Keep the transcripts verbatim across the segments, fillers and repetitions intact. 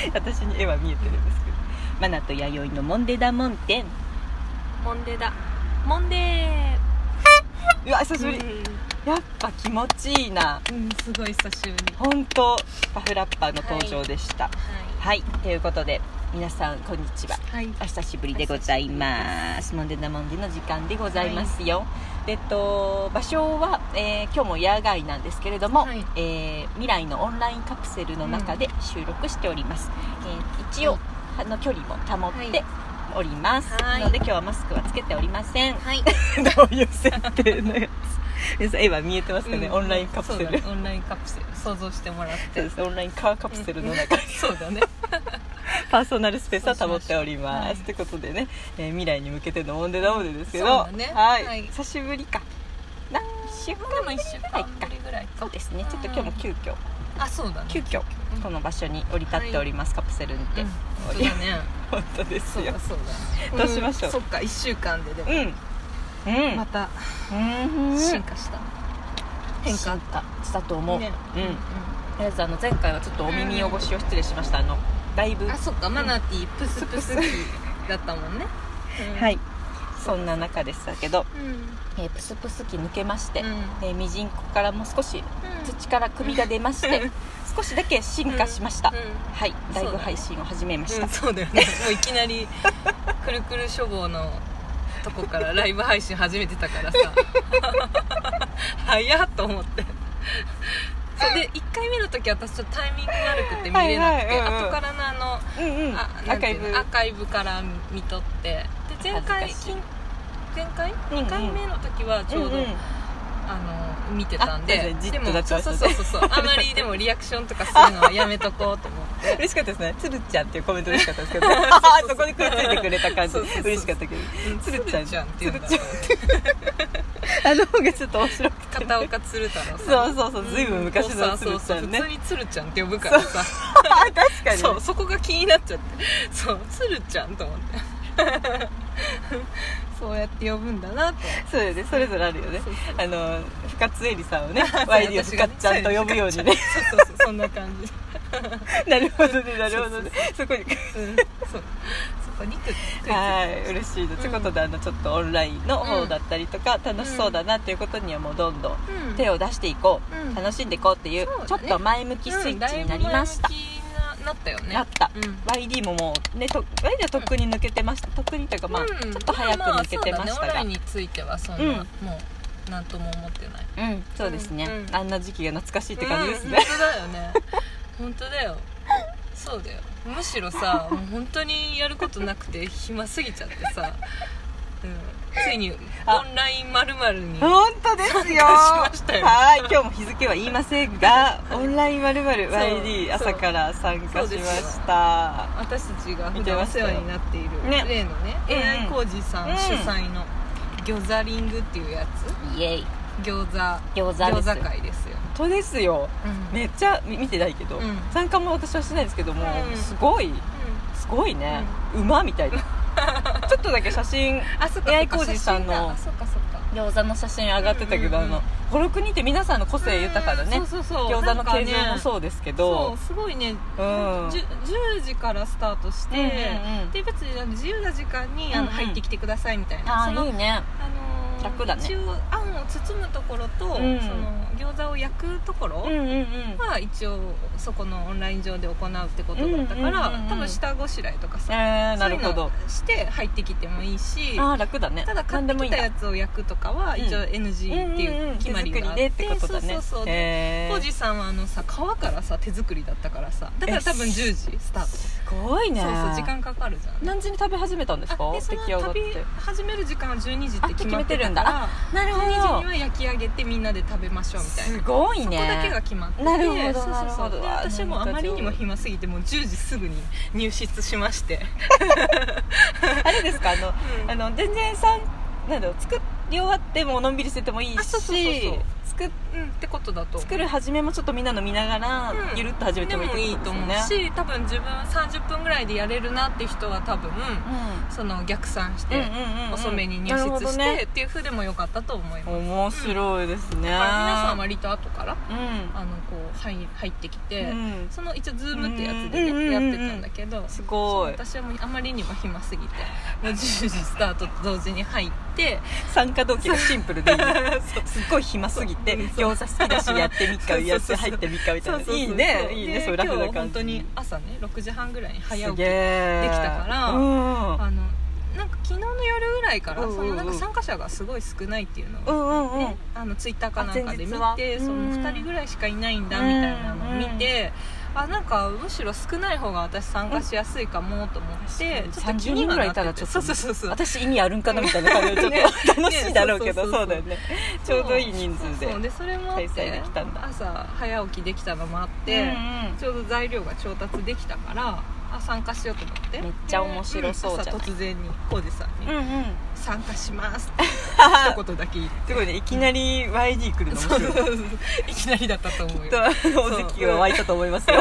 私に絵は見えてるんですけど、マナと弥生のモンデダモンテン。 モンデだモンデうわ久しぶり、 うん、 やっぱ気持ちいいな、 うん、すごい久しぶり。 本当パフラッパーの登場でした。 はい、 はいはい、ということで皆さんこんにちは、 はい、 お久しぶりでございます。モンデダモンデの時間でございますよ、はい。えっと、場所は、えー、今日も野外なんですけれども、はい、えー、未来のオンラインカプセルの中で収録しております、うん、えー、一応、はい、の距離も保っております、はい、なので今日はマスクはつけておりません、はい、どういう設定のやつ皆さん絵は見えてますかね、うん、オンラインカプセル、 そうだね、オンラインカプセル想像してもらって。 そうです、オンラインカーカプセルの中に、 うん、そうだねパーソナルスペースは保っております、はい、ということでね、えー、未来に向けてのモンデダモンデですけど、 そうだね、 はい、 はい、 久しぶりか何週間ぶりぐらいか、そうですね、ちょっと今日も急遽、 あ、そうだね、 急遽この場所に降り立っております、はい、カプセルにて、うん、 本当だね本当ですよ。 そうだ、 どうしましょう、 うん、そっか、いっしゅうかんででも、 うんうん、 またうん進化した、変化あったしたと思う、ね、うん、うん、とりあえずあの前回はちょっとお耳汚しを失礼しました。あのだいぶ、 あ、そっか、マナティープスプスキーだったもんね、 うん、はい、そんな中でしたけど、うん、えー、プスプスキ抜けまして、うん、えー、ミジンコからも少し土から首が出まして、うん、少しだけ進化しました、うんうん、はい、ライブ配信を始めました。 そうだよね、うん、そうだよねもういきなりくるくる書房のとこからライブ配信始めてたからさ早っと思ってそうでいっかいめの時私ちょっとタイミング悪くて見れなくて、はいはい、うんうん、後からのあの、うんうん、あアーカイブアーカイブから見とって、で前回前回、うんうん、にかいめの時はちょうど、うんうん、あの見てたんで、でもそうそうそうそうあまりでもリアクションとかするのはやめとこうと思って嬉しかったですね。つるちゃんっていうコメント嬉しかったですけどあそこにくっついてくれた感じ嬉しかったけど、 つるちゃんって言うんだあの方がちょっと面白くて、 片岡鶴太郎さん、 そうそうそう、ずいぶん昔のつるちゃんね、 普通につるちゃんって呼ぶからさ確かに、 そう、そこが気になっちゃって、そう、つるちゃんと思ってそうやって呼ぶんだなと。 そうよね、それぞれあるよね。そうそうそう、あの深津絵里さんをねワイディを深津ちゃんと呼ぶようにね、 そうそうそう、そんな感じなるほどね、なるほどね、そこに、うん、 そう、そこにくっついて、 はい、嬉しいの、うん、ということで、あのちょっとオンラインの方だったりとか、うん、楽しそうだなっていうことにはもうどんどん手を出していこう、うん、楽しんでいこうっていう、うん、ちょっと前向きスイッチになりました、うん、 なったよね、 なった、うん、ワイディー ももうね、と ワイディー はとっくに抜けてました、とっくにというか、まあ、うん、ちょっと早く抜けてましたが、まあまあ、そうだね、オンラインについてはそんな、うん、もうなんとも思ってない、 うん、そうですね、うん、あんな時期が懐かしいって感じですね、 うん、本当だよね本当だよ、そうだよ、むしろさもう本当にやることなくて暇すぎちゃってさ、うん、ついにオンライン〇〇に本当ですよ、 参加しましたよ。 はい、今日も日付は言いませんがオンライン〇〇 ワイディー 朝から参加しました。 私たちが普段お世話になっている、ね、例のね、うん、エーアイ 工事さん主催のギョザリングっていうやつ、 イエイ、 餃子餃子です、 餃子会ですよ。 本当ですよ、うん、めっちゃ見てないけど、うん、参加も私はしてないですけども、うん、すごい、うん、すごいね、うん、馬みたいなちょっとだけ写真 エーアイ 工事さんの餃子の写真上がってたけど、うんうんうん、あのごろくにんって皆さんの個性豊かだね、うん、そうそうそう、餃子の形状もそうですけど、 そうすごいね、うん、じゅうじからスタートして、うんうんうん、で別に自由な時間にあの、うんうん、入ってきてくださいみたいな、 ああいいね、あの楽だね、 一応あんを包むところと、うん、その餃子を焼くところは一応そこのオンライン上で行うってことだったから、うんうんうんうん、多分下ごしらえとかさ、 えー、なるほど、 して入ってきてもいいし、 あ楽だね、 ただ買ってきたやつを焼くとかは一応 エヌジー っていう決まりがあって、 手作りでってことだね、 そうそうそう、でコージさんはあのさ皮からさ手作りだったからさ、だから多分じゅうじスタート、すごいね、 そうそう、時間かかるじゃん。 何時に食べ始めたんですか？ でその出来上がって食べ始める時間はじゅうにじって決まってたから、 なるほど、 じゅうにじには焼き上げてみんなで食べましょうみたいな、 すごいね、 そこだけが決まってて、 なるほど、 そうそうそう、 なるほど、 で私はもうあまりにも暇すぎてもうじゅうじすぐに入室しましてあれですか、あの、うん、あの全然さんなんだろう、作り終わってものんびりしててもいいし、そうそうそうそう、 作っ、 うん、ってことだと作る始めもちょっとみんなの見ながら、うん、ゆるっと始めてもいいってことですよね。 でもいいと思うし、多分自分さんじゅっぷんぐらいでやれるなっていう人は多分、うん、その逆算して、うんうんうんうん、遅めに入室して、ね、っていう風でもよかったと思います。 面白いですね、うん、 だから皆さん割と後から、うん、あのこう 入, 入ってきて、うん、その一応ズームってやつでね、うんうんうん、やってたんだけど、 すごい。 私はもうあまりにも暇すぎてもうじゅうじスタートと同時に入って参加動機がシンプルでいいすっごい暇すぎて餃子好きだしやってみっかやって入ってみっかみたいな。いいねいいね、そうラフな感じ。 今日本当に朝ねろくじはんぐらいに早起きできたから、うん、あのなんか昨日の夜ぐらいから、うんうんうん、そのなんか参加者がすごい少ないっていうのを、ね、うんうんうん、あのツイッターかなんかで見て、そのふたりぐらいしかいないんだみたいなのを見て、うんうん、あなんかむしろ少ない方が私参加しやすいかもと思って、うん、ちょっと気にはなってて、さんじゅうにんぐらいいたらちょっと、そうそうそうそう、私意味あるんかなみたいな感じでちょっと楽しいだろうけど、そうだよね、ちょうどいい人数でそうでそれもあって開催できたんだ。 朝早起きできたのもあって、うんうん、ちょうど材料が調達できたからあ参加しようと思って、 めっちゃ面白そうじゃない。 朝突然にコージさんに、うんうん、参加しますって一言だけ言ってすごいね、いきなり ワイディー 来るの面白いいきなりだったと思うよ。 きっとお席が湧いたと思いますよ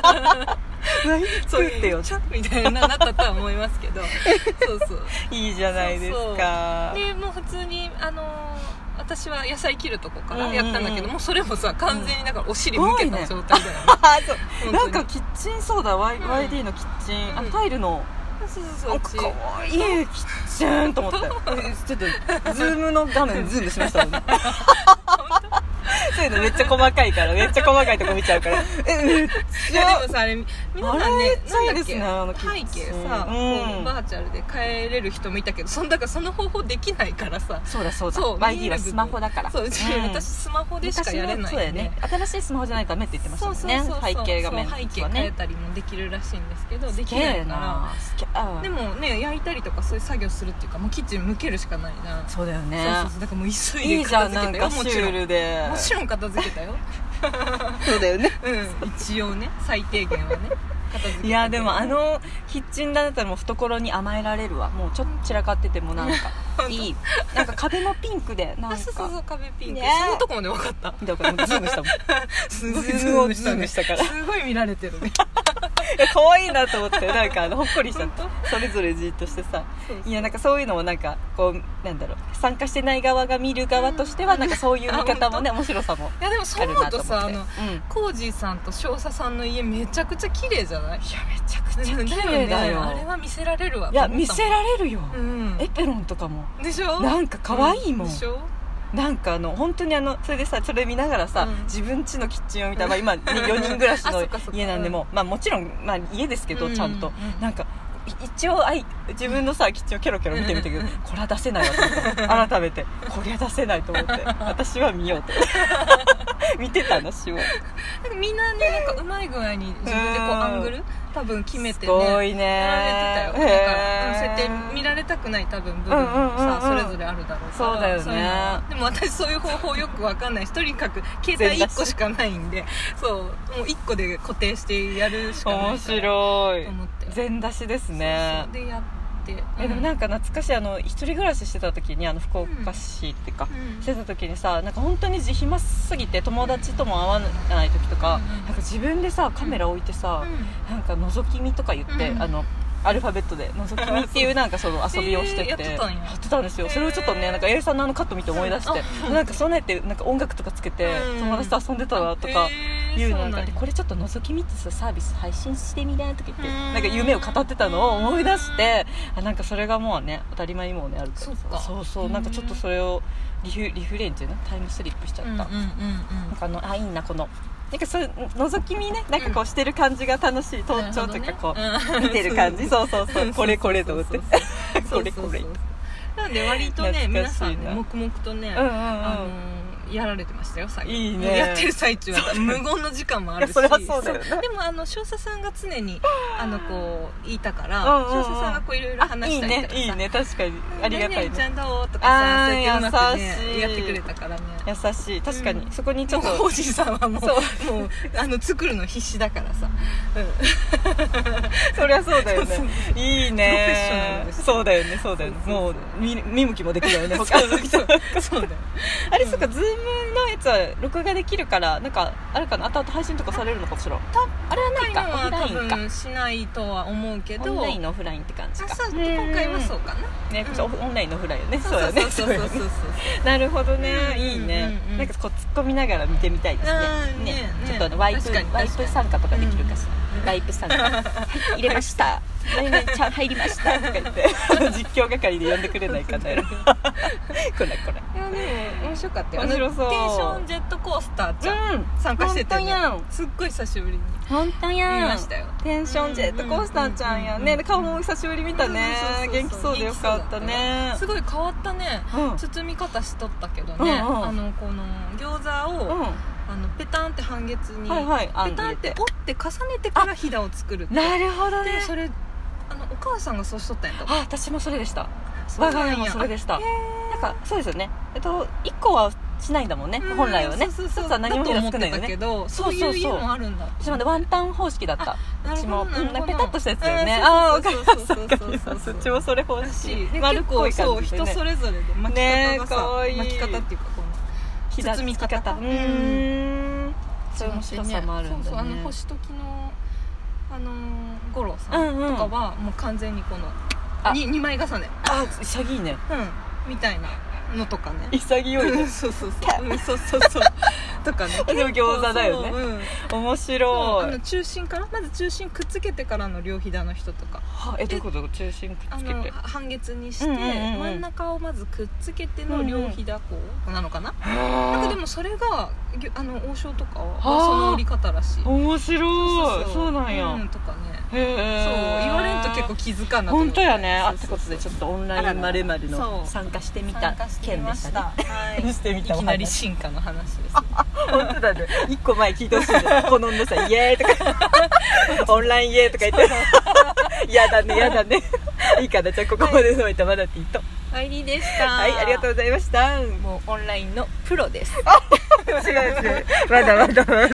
そうってよみたいななったとは思いますけどそうそういいじゃないですか。 そうそうでもう普通にあのー私は野菜切るとこからやったんだけど、うんうんうん、もうそれもさ完全になんかお尻向けた状態だよね、 うん、なんかキッチンそうだ、y うん、ワイディー のキッチン、うん、あタイルのそうそうそう、 かわいいキッチンと思ってちょっとズームの画面ズームしましたもんねそういうのめっちゃ細かいからめっちゃ細かいとこ見ちゃうからえめっちゃいやでもさあれ皆さんねなんだっけ、 ね、あの背景さ、うん、こうバーチャルで変えれる人もいたけど、そんだからその方法できないからさ。 そうだそうだ、そう ワイディー はスマホだから。 そう、うん、私スマホでしかやれないんで。そうだよね、 新しいスマホじゃないとダメって言ってましたもんね。そうそうそうそう、背景画面、 背景変えたりもできるらしいんですけど、できないからでもね焼いたりとかそういう作業するっていうかもうキッチン向けるしかないな。 そうだよね。 そうそうそう、だからもう急いで片付けたよ。 いいじゃん、なんかシュールでもちろん片付けたよそうだよね、 うん、一応ね最低限はね片付け。 いやでもあのキッチンだったらもう懐に甘えられるわ。もうちょっと散らかっててもなんかいいなんか壁もピンクでなんかそうそうそう、壁ピンク、ね、そのとこまで分かった。 だからズームしたもんすごいズームした、ね、したからすごい見られてるね可愛いなと思ってなんかあのほっこりしちゃったそれぞれじっとしてさ。そうそう、いやなんかそういうのもなんかこうなんだろう、参加してない側が見る側としてはなんかそういう見方もね面白さもあるなと思って。 いやでもそう思うとさ、あの、うん、コージーさんと少佐さんの家めちゃくちゃ綺麗じゃない？いやめちゃくちゃ綺麗だよ、 ね、あれは見せられるわ。 いや見せられるよ、 うん、 エプロンとかもでしょ、 なんか可愛いもん、 うん、でしょ。 なんかあの本当にあのそれでさ、それ見ながらさ、うん、自分家のキッチンを見たら、まあ、今、ね、よにん暮らしの家なんでも、まあ、もちろん、まあ、家ですけど、うん、ちゃんと、うん、なんか一応あい自分のさキッチンをキョロキョロ見てみたけど、これは出せないわと思って改めてこれは出せないと思って私は見ようと見てたのしよう。 みんなねなんかうまい具合に自分でこうアングル多分決めてね、 すごいね、 やられてたよ。なんかそうやって見られたくない多分部分もさ、それぞれあるだろうから。 そうだよね。 でも私そういう方法よくわかんないし、とにかく携帯いっこしかないんで、そうもういっこで固定してやるしかないから面白いと思って全出しですね。 そうそうでやってうん、 えでもなんか懐かしい、あの一人暮らししてた時にあの福岡市っていうか、うん、してた時にさ、なんか本当に暇すぎて友達とも会わない時とか、うん、なんか自分でさカメラ置いてさ、うん、なんか覗き見とか言って、うん、あのアルファベットで覗き見っていうなんかその遊びをしてて、えー、やってたんや。やってたんですよ。それをちょっとねなんか A さんのあのカット見て思い出して、うん、なんかそんなやってなんか音楽とかつけて友達と遊んでたなとかいうなんかで、これちょっと覗き見ってさサービス配信してみなとか言ってなんか夢を語ってたのを思い出して、あなんかそれがもうね当たり前にもうねあるから、そうそうそう、なんかちょっとそれをリフリフレインっていうのタイムスリップしちゃった。うんうんうんうん、なんかあのあいいなこのなんかそう覗き見ね、なんかこうしてる感じが楽しい、盗聴とかこう、うん、見てる感じ、そうそうそうこれこれと思ってこれこれなんで割とね皆さんね黙々とね、うんうんうん、あのー、やられてましたよ最後。 いいね、 やってる最中は無言の時間もあるしそれはそうだよね。 でもあの少佐さんが常にあのこう言いたから少佐さんがこういろいろ話したりとかさ、 いいねいいね、確かにありがたいね。 ちゃんどうとかさ、そうやってうまくねやってくれたからね、 優しい。確かに、うん、そこにちょっとおじさんはもうもうあの作るの必死だからさ、うん、 そりゃそうだよね。いいね、 プロフェッショナルです。 そうだよねそうだよね。もう見見向きもできるよね他の人。 そうだよあれ、そうか、ズームのやつは録画できるから、なんかあれかな、後々配信とかされるのかしら。あれはないか、オンラインか。 多分しないとは思うけど、 オンラインのオフラインって感じか。 そう、今回はそうかなね、 うん、 オンラインのオフラインよね。 そうよね。そうそうそうそう。 なるほどね、いいね。なんかこう突っ込みながら見てみたいですね。ね、ちょっとあのワイプワイプ参加とかできるかしら。ワイプ参加。はい、入れました。何々ちゃん入りましたとか言って実況係で呼んでくれないかな。これこれ。 いやでも面白かったよ。 面白そう。 テンションジェットコースターちゃん参加しててね。すっごい久しぶりに。 本当やん。 見ましたよ。 テンションジェットコースターちゃんやね。顔も久しぶり見たね。元気そうでよかったね。 すごい変わったね。包み方しとったけどね。あのこの餃子を。あのペタンって半月に、はいはい、ペタンって折って重ねてからひだを作るって。 なるほどね。 でそれあのお母さんがそうしとったんやと。 あ、私もそれでした。我が家もそれでした。なんかそうですよね。えっといっこはしないんだもんね、本来はね。一つは何もひだ作んないよね。 けどそういう家もあるんだ。 私もワンタン方式だった。私もペタッとしたやつだよね。 ああ、お母さんかります。 うちもそれ欲しい。 丸っこい感じでね。人それぞれで巻き方がさ、巻き方っていうかこの包み方。うーん。そういう面白さもあるんだね。 そうそう、あの星時のあの五郎さんとかはもう完全にこのにまい重ね。 あ、潔いね。 うん、みたいなのとかね。 潔いね。 そうそうそうそうそうそうとかね。 でも餃子だよね。面白い。 あの中心からまず中心くっつけてからの両ひだの人とか。 はえどういうこと？中心くっつけて。 半月にして真ん中をまずくっつけての両ひだこうなのかな。なんかでもそれがあの王将とかはその折り方らしい。 面白い。そうなんや。 とかね。 へえ。 そう言われんと結構気づかんなと思って。 本当やね。あってことでちょっとオンラインまるまるの参加してみた件でしたね。はい。してみた。 いきなり進化の話です。 本当だね。一個前聞いてほしいね。好んでさ、イエーイとかオンラインイエーイとか言ってやだねやだね。いいかな、じゃあここまでのいたまだティと入りでした。 はい、ありがとうございました。 もうオンラインのプロです。 違う違う、まだまだまだ